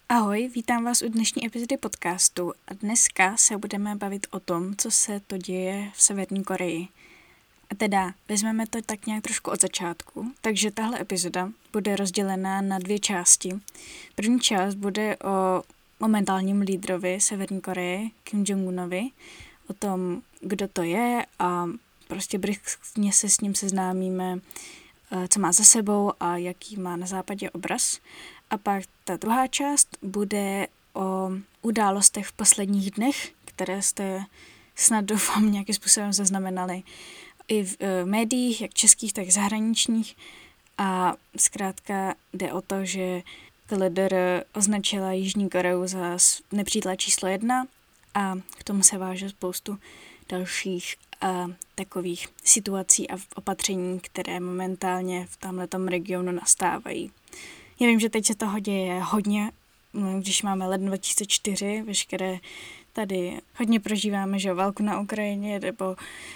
Ahoj, vítám vás u dnešní epizody podcastu a dneska se budeme bavit o tom, co se to děje v Severní Koreji. A teda vezmeme to tak nějak trošku od začátku, takže tahle epizoda bude rozdělená na 2 části. První část bude o momentálním lídrovi Severní Koreje, Kim Jong-unovi, o tom, kdo to je a prostě brývně se s ním seznámíme, co má za sebou a jaký má na západě obraz. A pak ta druhá část bude o událostech v posledních dnech, které jste snad doufám nějakým způsobem zaznamenali i v médiích, jak českých, tak zahraničních. A zkrátka jde o to, že KLDR označila Jižní Koreu za nepřítele číslo 1 a k tomu se váže spoustu dalších takových situací a opatření, které momentálně v tomhletom regionu nastávají. Já vím, že teď se toho děje hodně, když máme leden 2004, veškeré tady hodně prožíváme, že válku na Ukrajině nebo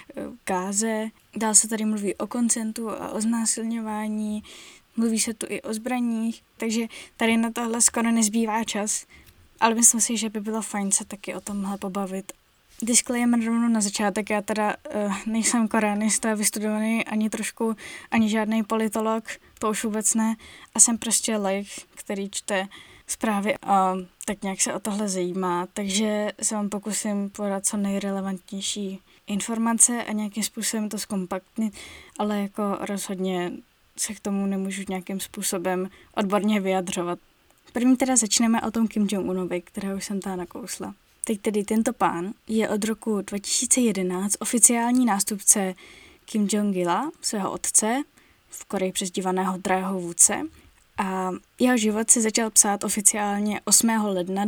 Gáze. Dál se tady mluví o koncentu a o znásilňování, mluví se tu i o zbraních, takže tady na tohle skoro nezbývá čas, ale myslím si, že by bylo fajn se taky o tomhle pobavit. Disclaimer rovnou na začátek, já teda nejsem koreanista, vystudovaný ani trošku, ani žádný politolog, to už vůbec ne, a jsem prostě laik, který čte zprávy a tak nějak se o tohle zajímá, takže se vám pokusím podat co nejrelevantnější informace a nějakým způsobem to zkompaktnit, ale jako rozhodně se k tomu nemůžu nějakým způsobem odborně vyjadřovat. První teda začneme o tom Kim Jong-unovi, kterého jsem tady nakousla. Teď tedy tento pán je od roku 2011 oficiální nástupce Kim Jong-ila, svého otce, v Koreji přezdívaného drahého vůdce. A jeho život se začal psát oficiálně 8. ledna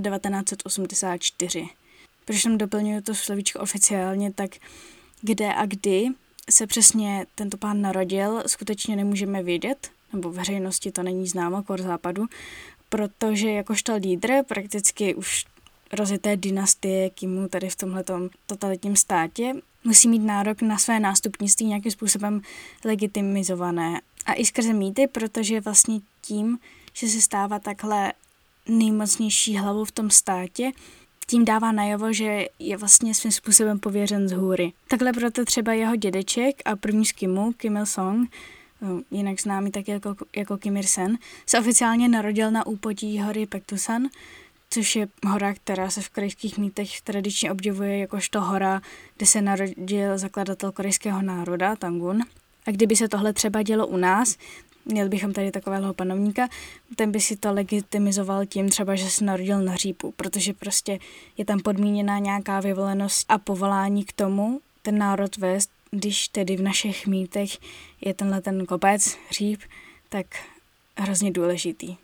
1984. Proč tam doplňuji to slovíčko oficiálně, tak kde a kdy se přesně tento pán narodil, skutečně nemůžeme vědět, nebo veřejnosti to není známo, kor západu, protože jakožto lídr prakticky už rozjeté dynastie Kimu tady v tomhletom totalitním státě musí mít nárok na své nástupnictví nějakým způsobem legitimizované. A i skrze mýty, protože vlastně tím, že se stává takhle nejmocnější hlavou v tom státě, tím dává najevo, že je vlastně svým způsobem pověřen z hůry. Takhle proto třeba jeho dědeček a první z Kimu, Kim Il-sung, jinak známý tak jako Kim Il-sen, se oficiálně narodil na úpatí hory Pektusan, což je hora, která se v korejských mýtech tradičně obdivuje jakožto hora, kde se narodil zakladatel korejského národa, Tangun. A kdyby se tohle třeba dělo u nás, měli bychom tady takového panovníka, ten by si to legitimizoval tím třeba, že se narodil na hříbu, protože prostě je tam podmíněná nějaká vyvolenost a povolání k tomu ten národ vést, když tedy v našich mýtech je tenhle ten kopec, hříb, tak hrozně důležitý.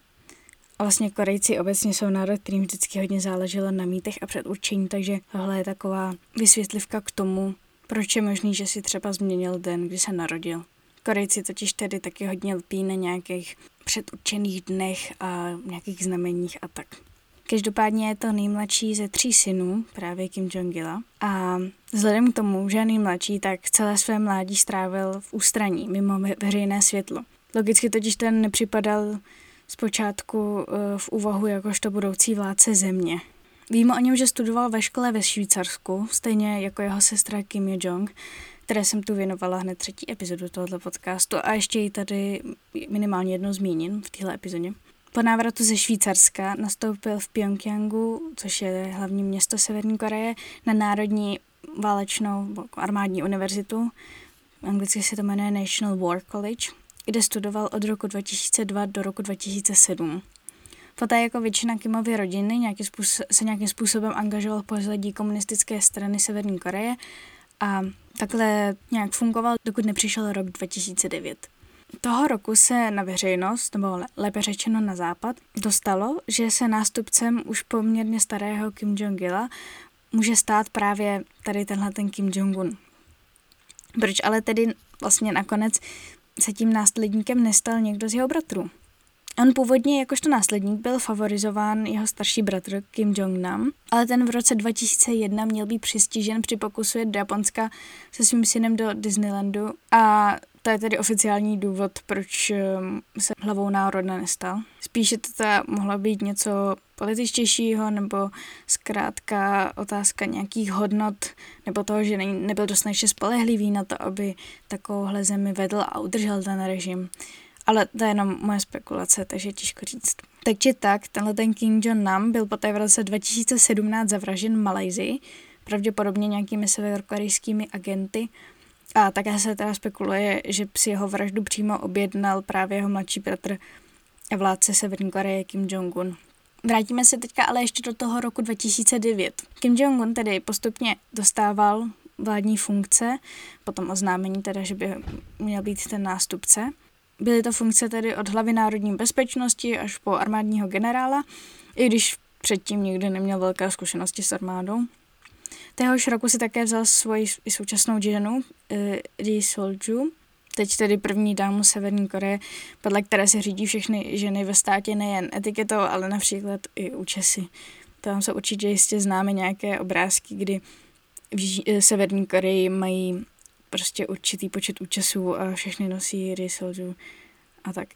A vlastně Korejci obecně jsou národ, kterým vždycky hodně záleželo na mýtech a předurčení, takže tohle je taková vysvětlivka k tomu, proč je možný, že si třeba změnil den, kdy se narodil. Korejci totiž tedy taky hodně lpí na nějakých předurčených dnech a nějakých znameních a tak. Každopádně je to nejmladší ze 3 synů, právě Kim Jong-ila. A vzhledem k tomu, že je nejmladší, tak celé své mládí strávil v ústraní, mimo veřejné světlo. Logicky totiž ten nepřipadal zpočátku v úvahu jakožto budoucí vládce země. Víme o něm, že studoval ve škole ve Švýcarsku, stejně jako jeho sestra Kim Yo-jong, které jsem tu věnovala hned 3. epizodu tohoto podcastu a ještě ji tady minimálně jednou zmíním v téhle epizodě. Po návratu ze Švýcarska nastoupil v Pjongjangu, což je hlavní město Severní Koreje, na Národní válečnou armádní univerzitu, anglicky se to jmenuje National War College, kde studoval od roku 2002 do roku 2007. Poté jako většina Kimovy rodiny se nějakým způsobem angažoval v pozadí komunistické strany Severní Koreje a takhle nějak fungoval, dokud nepřišel rok 2009. Toho roku se na veřejnost, nebo lépe řečeno na západ, dostalo, že se nástupcem už poměrně starého Kim Jong-ila může stát právě tady tenhle ten Kim Jong-un. Proč ale tedy vlastně nakonec se tím následníkem nestal někdo z jeho bratrů? On původně jakožto následník byl favorizován jeho starší bratr Kim Jong-nam, ale ten v roce 2001 měl být přistižen při pokusu jet do Japonska se svým synem do Disneylandu a To je tedy oficiální důvod, proč se hlavou národa nestal. Spíše to mohlo být něco političtějšího, nebo zkrátka otázka nějakých hodnot, nebo toho, že nebyl dostatečně spolehlivý na to, aby takovouhle zemi vedl a udržel ten režim. Ale to je jenom moje spekulace, takže těžko říct. Takže tak, tenhle ten Kim Jong-nam byl poté v roce 2017 zavražděn v Malajsii, pravděpodobně nějakými severokorejskými agenty. A také se teda spekuluje, že si jeho vraždu přímo objednal právě jeho mladší bratr a vládce Severní Koreje Kim Jong-un. Vrátíme se teďka ale ještě do toho roku 2009. Kim Jong-un tedy postupně dostával vládní funkce, potom oznámení teda, že by měl být ten nástupce. Byly to funkce tedy od hlavy národní bezpečnosti až po armádního generála, i když předtím nikdy neměl velké zkušenosti s armádou. Téhož roku si také vzal svoji současnou ženu, Ri Sol-ju, teď tedy první dámu Severní Koreje, podle které se řídí všechny ženy ve státě nejen etiketou, ale například i účesy. Tam se určitě jistě známe nějaké obrázky, kdy v Severní Koreji mají prostě určitý počet účesů a všechny nosí Ri Sol-ju a tak.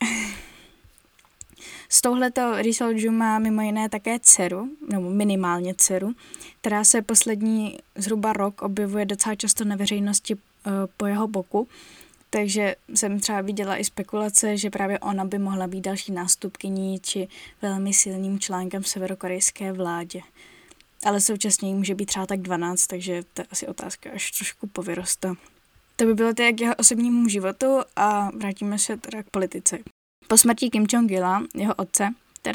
Z touhleto Ri Sol-ju má mimo jiné také dceru, nebo minimálně dceru, která se poslední zhruba rok objevuje docela často na veřejnosti po jeho boku, takže jsem třeba viděla i spekulace, že právě ona by mohla být další nástupkyní či velmi silným článkem v severokorejské vládě. Ale současně jí může být třeba tak 12, takže to je asi otázka až trošku povyrosta. To by bylo tedy k jeho osobnímu životu a vrátíme se teda k politice. Po smrti Kim Jong-ila, jeho otce,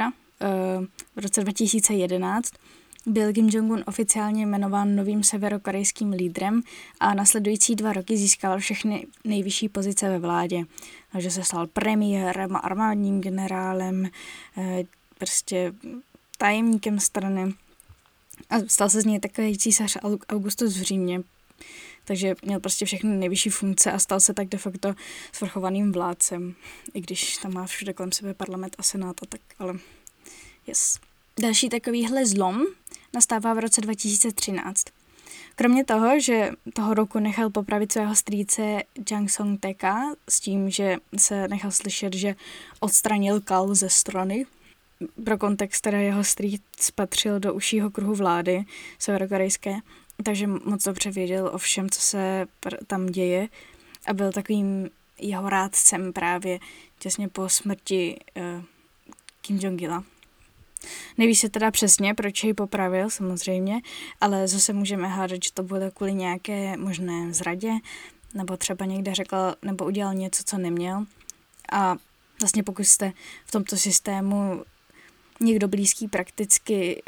v roce 2011, byl Kim Jong-un oficiálně jmenován novým severokorejským lídrem a nasledující 2 roky získal všechny nejvyšší pozice ve vládě. Takže se stal premiérem, armádním generálem, prostě tajemníkem strany a stal se z něj takový císař Augustus v Římě. Takže měl prostě všechny nejvyšší funkce a stal se tak de facto svrchovaným vládcem. I když tam má všude kolem sebe parlament a senát a tak, ale yes. Další takovýhle zlom nastává v roce 2013. Kromě toho, že toho roku nechal popravit svého strýce Jang Song-teka s tím, že se nechal slyšet, že odstranil kal ze strany. Pro kontext teda jeho strýc patřil do užšího kruhu vlády severokorejské, takže moc dobře věděl o všem, co se tam děje a byl takovým jeho rádcem právě těsně po smrti Kim Jong-ila. Neví se teda přesně, proč jej popravil, samozřejmě, ale zase můžeme hádat, že to bylo kvůli nějaké možné zradě, nebo třeba někde řekl, nebo udělal něco, co neměl. A vlastně pokud jste v tomto systému někdo blízký prakticky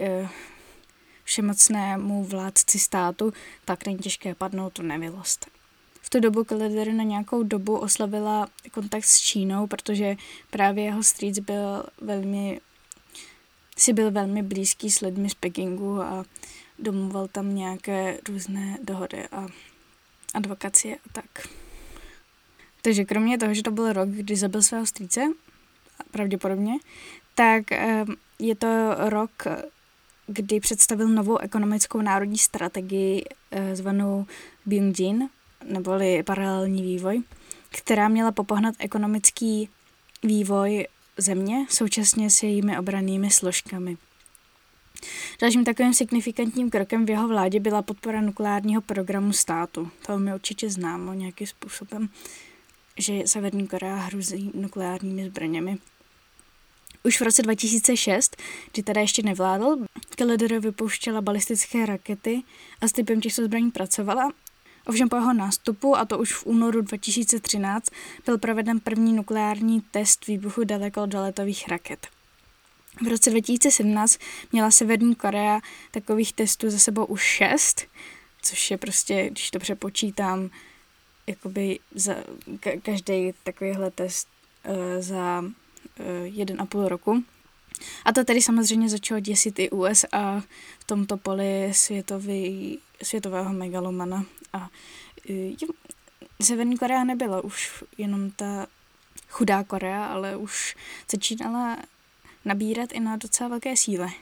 všemocnému vládci státu, tak není těžké padnout tu nevilost. V tu dobu KLDR na nějakou dobu oslavila kontakt s Čínou, protože právě jeho strýc byl velmi blízký s lidmi z Pekingu a domluval tam nějaké různé dohody a advokacie a tak. Takže kromě toho, že to byl rok, kdy zabil svého strýce, pravděpodobně, tak je to rok, kdy představil novou ekonomickou národní strategii zvanou Byung-jin, neboli paralelní vývoj, která měla popohnat ekonomický vývoj země současně s jejími obrannými složkami. Dalším takovým signifikantním krokem v jeho vládě byla podpora nukleárního programu státu. To mi určitě známo nějakým způsobem, že Severní Korea hrozí nukleárními zbraněmi. Už v roce 2006, kdy teda ještě nevládl, KLDR vypouštěla balistické rakety a s typem těchto zbraní pracovala. Ovšem po jeho nástupu, a to už v únoru 2013, byl proveden první nukleární test výbuchu dalekodoletových raket. V roce 2017 měla Severní Korea takových testů za sebou už 6, což je prostě, když to přepočítám, jakoby za každý takovýhle test za 1,5 roku. A to tedy samozřejmě začalo děsit i USA v tomto poli světového megalomana. A Severní Korea nebyla už jenom ta chudá Korea, ale už začínala nabírat i na docela velké síle.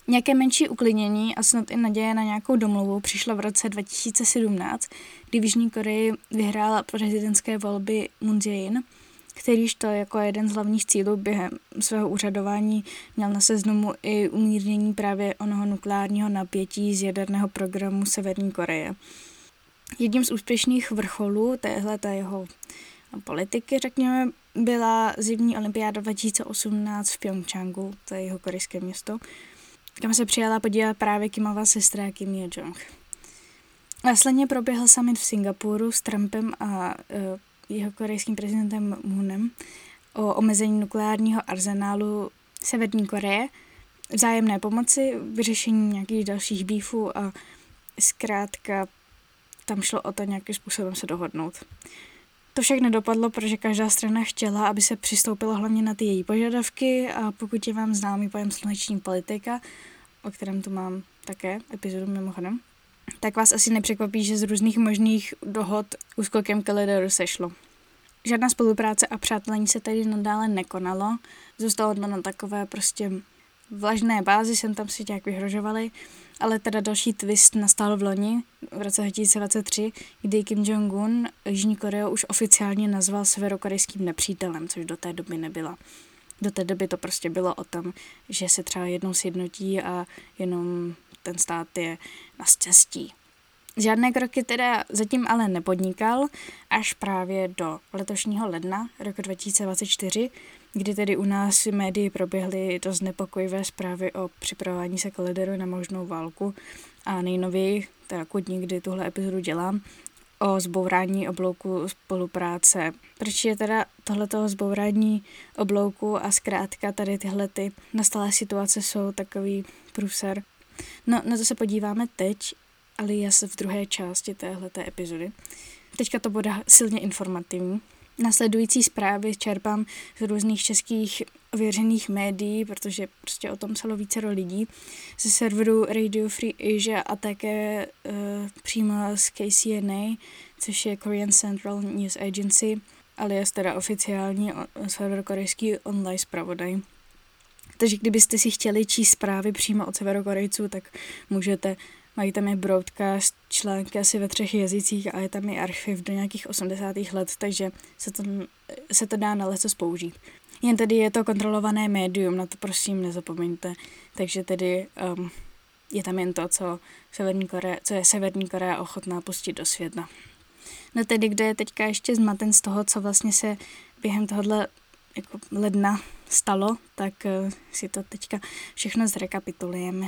Nějaké menší uklidnění a snad i naděje na nějakou domluvu přišlo v roce 2017, kdy v Jižní Koreji vyhrála prezidentské volby Moon Jae-in, kterýž to jako jeden z hlavních cílů během svého úřadování měl na seznamu i umírnění právě onoho nukleárního napětí z jaderného programu Severní Koreje. Jedním z úspěšných vrcholů téhleté jeho politiky, řekněme, byla zimní olympiáda 2018 v Pyeongchangu, to je jeho korejské město, kam se přijala podívat právě Kimova sestra Kim Ye-jong. Následně proběhl summit v Singapuru s Trumpem a jeho korejským prezidentem Moonem o omezení nukleárního arzenálu Severní Koreje, vzájemné pomoci, vyřešení nějakých dalších býfů a zkrátka tam šlo o to nějakým způsobem se dohodnout. To však nedopadlo, protože každá strana chtěla, aby se přistoupilo hlavně na ty její požadavky a pokud je vám známý pojem sluneční politika, o kterém tu mám také epizodu mimochodem, tak vás asi nepřekvapí, že z různých možných dohod úskokem k lideru sešlo. Žádná spolupráce a přátelení se tady nadále nekonalo, zůstalo to na takové prostě vlažné bázi, sem tam si nějak vyhrožovali, ale teda další twist nastal v loni, v roce 2023, kdy Kim Jong-un Jižní Koreu už oficiálně nazval severokorejským nepřítelem, což do té doby nebyla. Do té doby to prostě bylo o tom, že se třeba jednou sjednotí a jenom ten stát je na štěstí. Žádné kroky teda zatím ale nepodnikal, až právě do letošního ledna roku 2024, kdy tedy u nás v médii proběhly dost nepokojivé zprávy o připravování se k lideru na možnou válku a nejnověji, teda kudní, kdy tuhle epizodu dělám, o zbourání oblouku spolupráce. Proč je teda tohleto zbourání oblouku a zkrátka tady tyhle ty nastalé situace jsou takový průser. No, na to se podíváme teď, alias v druhé části téhleté epizody. Teďka to bude silně informativní. Následující zprávy čerpám z různých českých ověřených médií, protože prostě o tom psalo vícero lidí, ze serveru Radio Free Asia a také přímo z KCNA, což je Korean Central News Agency, alias teda oficiální severokorejský online zpravodaj. Takže kdybyste si chtěli číst zprávy přímo od Severokorejců, tak můžete. Mají tam i broadcast, články asi ve 3 jazycích a je tam i archiv do nějakých 80. let, takže se to dá na lecos použít. Jen tedy je to kontrolované médium, na to prosím nezapomeňte. Takže tedy je tam jen to, co je Severní Korea ochotná pustit do světa. No tedy, kde je teďka ještě zmaten z toho, co vlastně se během tohohle jako ledna stalo, tak si to teďka všechno zrekapitulujeme.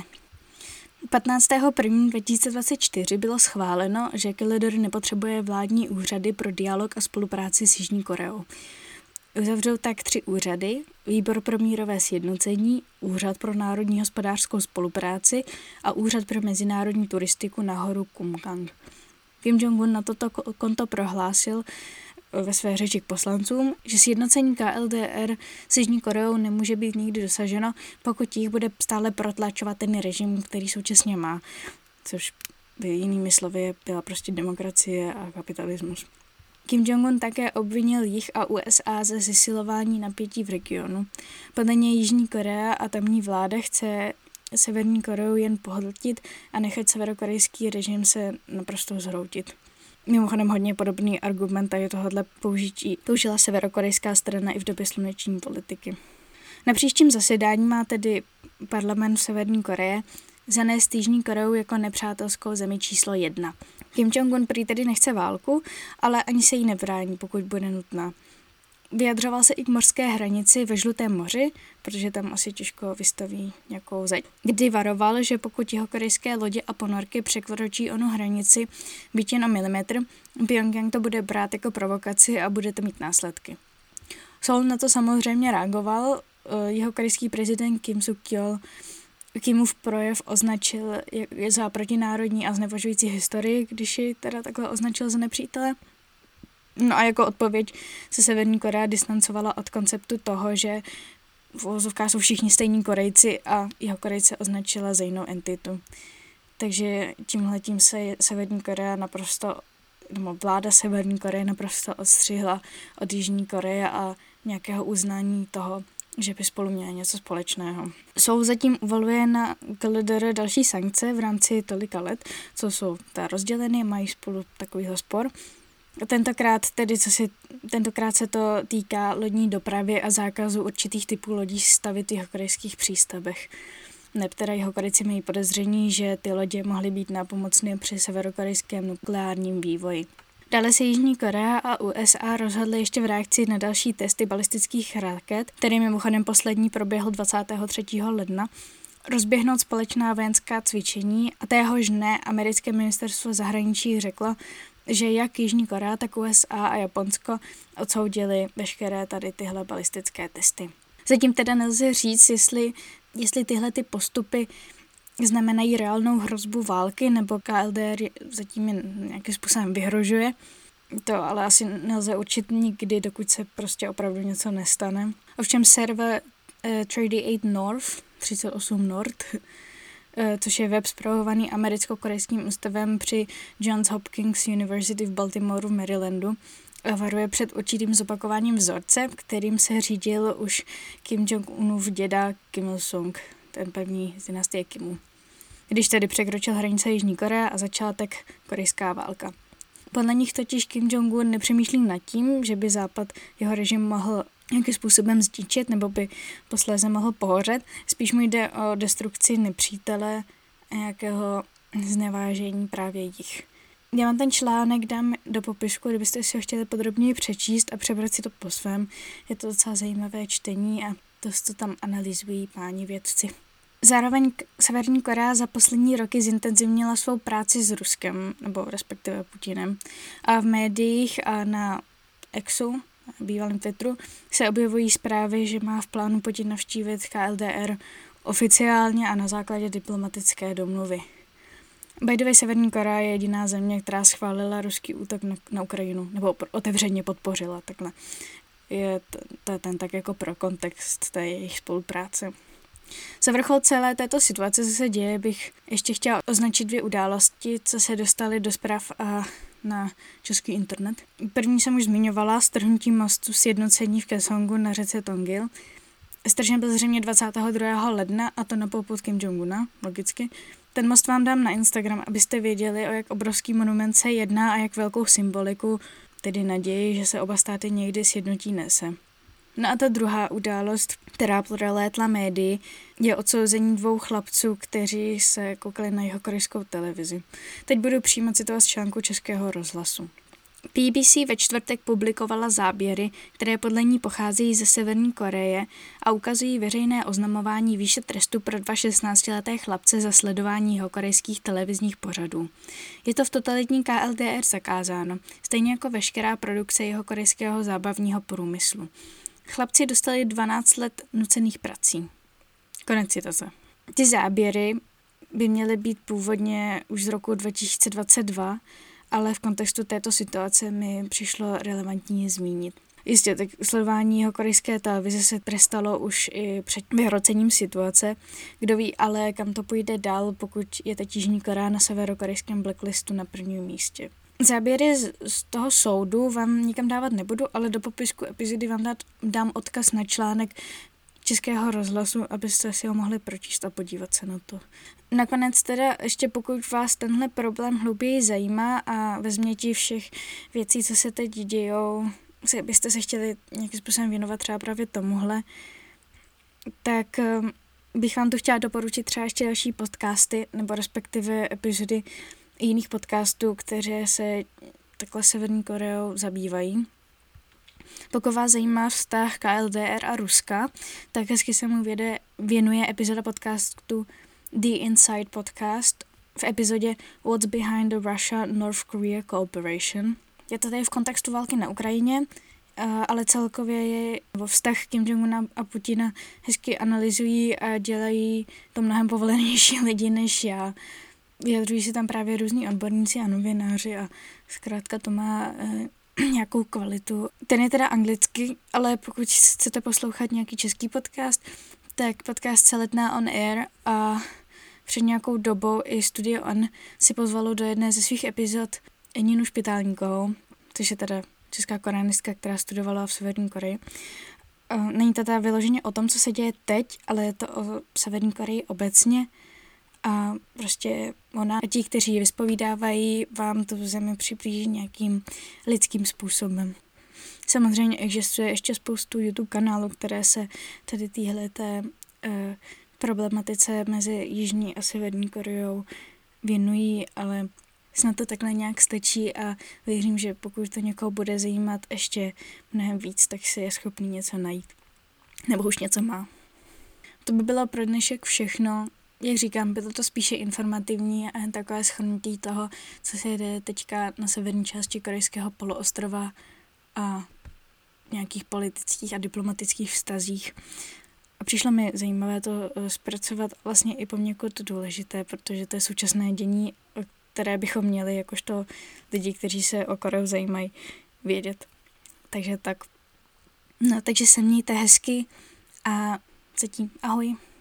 15.1.2024 bylo schváleno, že Kylider nepotřebuje vládní úřady pro dialog a spolupráci s Jižní Koreou. Uzavřou tak 3 úřady, Výbor pro mírové sjednocení, Úřad pro národní hospodářskou spolupráci a Úřad pro mezinárodní turistiku na horu Kumgang. Kim Jong-un na toto konto prohlásil ve své řeči k poslancům, že sjednocení KLDR s Jižní Koreou nemůže být nikdy dosaženo, pokud jich bude stále protlačovat ten režim, který současně má, což jinými slovy byla prostě demokracie a kapitalismus. Kim Jong-un také obvinil jih a USA ze zesilování napětí v regionu. Podle něj Jižní Korea a tamní vláda chce Severní Koreu jen pohltit a nechat severokorejský režim se naprosto zhroutit. Mimochodem hodně podobný argument tady tohohle použila severokorejská strana i v době sluneční politiky. Na příštím zasedání má tedy parlament Severní Koreje zanést Jižní Koreu jako nepřátelskou zemi číslo 1. Kim Jong-un prý tedy nechce válku, ale ani se jí nebrání, pokud bude nutná. Vyjadřoval se i k mořské hranici ve Žlutém moři, protože tam asi těžko vystaví nějakou zeď. Kdy varoval, že pokud jihokorejské lodě a ponorky překročí onu hranici byť jen o milimetr, Pyongyang to bude brát jako provokaci a bude to mít následky. Seoul na to samozřejmě reagoval. Jihokorejský prezident Kim Suk-yeol Kimův projev označil za protinárodní a znevažující historii, když ji teda takhle označil za nepřítele. No a jako odpověď se Severní Korea distancovala od konceptu toho, že v uvozovkách jsou všichni stejní Korejci a Jihokorejce označila za jinou entitu. Takže tímhletím se Severní Korea vláda Severní Koreje naprosto odstřihla od Jižní Koreje a nějakého uznání toho, že by spolu měli něco společného. Soud zatím uvaluje na KLDR další sankce v rámci tolika let, co jsou rozděleny, mají spolu takovýhle spor. Tentokrát se to týká lodní dopravy a zákazu určitých typů lodí stavit v jihokorejských přístavech. Teda Jihokorejci mají podezření, že ty lodě mohly být nápomocné při severokorejském nukleárním vývoji. Dále se Jižní Korea a USA rozhodly ještě v reakci na další testy balistických raket, který mimochodem poslední proběhl 23. ledna, rozběhnout společná vojenská cvičení a téhož dne americké ministerstvo zahraničí řeklo, že jak Jižní Korea, tak USA a Japonsko odsoudili veškeré tady tyhle balistické testy. Zatím teda nelze říct, jestli tyhle ty postupy znamenají reálnou hrozbu války, nebo KLDR zatím je nějakým způsobem vyhrožuje. To ale asi nelze určit nikdy, dokud se prostě opravdu něco nestane. Ovšem server 38 North, 38 North, což je web spravovaný americko-korejským ústavem při Johns Hopkins University v Baltimoru v Marylandu, varuje před určitým zopakováním vzorce, kterým se řídil už Kim Jong-unův děda Kim Il-sung, ten první z dynastie Kimů, když tedy překročil hranice Jižní Korea a začátek korejská válka. Podle nich totiž Kim Jong-un nepřemýšlí nad tím, že by Západ jeho režim mohl nějakým způsobem zničit nebo by posléze mohl pohořet. Spíš mu jde o destrukci nepřítele a nějakého znevážení právě jich. Já vám ten článek dám do popisku, kdybyste si ho chtěli podrobněji přečíst a přebrat si to po svém. Je to docela zajímavé čtení a to tam analyzují páni vědci. Zároveň Severní Korea za poslední roky zintenzivnila svou práci s Ruskem, nebo respektive Putinem. A v médiích a na Xu, bývalém Twitteru, se objevují zprávy, že má v plánu Putin navštívit KLDR oficiálně a na základě diplomatické domluvy. By the way, Severní Korea je jediná země, která schválila ruský útok na Ukrajinu, nebo otevřeně podpořila, takhle. Je ten tak jako pro kontext té jejich spolupráce. Za vrchol celé této situace, co se děje, bych ještě chtěla označit 2 události, co se dostaly do zpráv a na český internet. První jsem už zmiňovala, strhnutí mostu sjednocení v Kaesongu na řece Tongil. Stržen byl zřejmě 22. ledna a to na popud Kim Jong-una, logicky. Ten most vám dám na Instagram, abyste věděli, o jak obrovský monument se jedná a jak velkou symboliku, tedy naději, že se oba státy někdy sjednotí, nese. No a ta druhá událost, která prolétla médii, je odsouzení 2 chlapců, kteří se koukali na jihokorejskou televizi. Teď budu přímo citovat z článku Českého rozhlasu. BBC ve čtvrtek publikovala záběry, které podle ní pocházejí ze Severní Koreje a ukazují veřejné oznamování výše trestu pro 2 16leté chlapce za sledování jihokorejských televizních pořadů. Je to v totalitní KLDR zakázáno, stejně jako veškerá produkce jihokorejského zábavního průmyslu. Chlapci dostali 12 let nucených prací. Konec citace. Ty záběry by měly být původně už z roku 2022, ale v kontextu této situace mi přišlo relevantní zmínit. Jistě, tak sledování jihokorejské televize se trestalo už i před vyhrocením situace. Kdo ví ale, kam to půjde dál, pokud je teď Jižní Korea na severokorejském blacklistu na prvním místě. Záběry z toho soudu vám nikam dávat nebudu, ale do popisku epizody vám dám odkaz na článek Českého rozhlasu, abyste si ho mohli pročíst a podívat se na to. Nakonec teda ještě pokud vás tenhle problém hlouběji zajímá a vezměte všech věcí, co se teď dějou, byste se chtěli nějakým způsobem věnovat třeba právě tomuhle, tak bych vám tu chtěla doporučit třeba ještě další podcasty, nebo respektive epizody jiných podcastů, které se takhle Severní Koreou zabývají. Pokud vás zajímá vztah KLDR a Ruska, tak hezky se mu věnuje epizoda podcastu The Inside Podcast v epizodě What's Behind the Russia-North Korea Cooperation. Je to tady v kontextu války na Ukrajině, ale celkově je vztah Kim Jong-una a Putina hezky analyzují a dělají to mnohem povolenější lidi než já. Vyjadřují se tam právě různí odborníci a novináři a zkrátka to má nějakou kvalitu. Ten je teda anglicky, ale pokud chcete poslouchat nějaký český podcast, tak podcast se letná on air a před nějakou dobou i Studio On si pozvalo do jedné ze svých epizod Ninu Špitálníkovou, což je teda česká koreanistka, která studovala v Severní Koreji. Není to teda vyloženě o tom, co se děje teď, ale je to o Severní Koreji obecně. A prostě ona a ti, kteří ji vyspovídávají, vám tu zemi přiblíží nějakým lidským způsobem. Samozřejmě existuje ještě spoustu YouTube kanálů, které se tady téhleté problematice mezi Jižní a Severní Koreou věnují, ale snad to takhle nějak stačí a věřím, že pokud to někoho bude zajímat ještě mnohem víc, tak si je schopný něco najít. Nebo už něco má. To by bylo pro dnešek všechno. Jak říkám, bylo to spíše informativní a jen takové shrnutí toho, co se jde teďka na severní části korejského poloostrova a nějakých politických a diplomatických vztazích. A přišlo mi zajímavé to zpracovat vlastně i poměkud důležité, protože to je současné dění, které bychom měli jakožto lidi, kteří se o Koreu zajímají, vědět. Takže tak. No, takže se mějte hezky a zatím ahoj.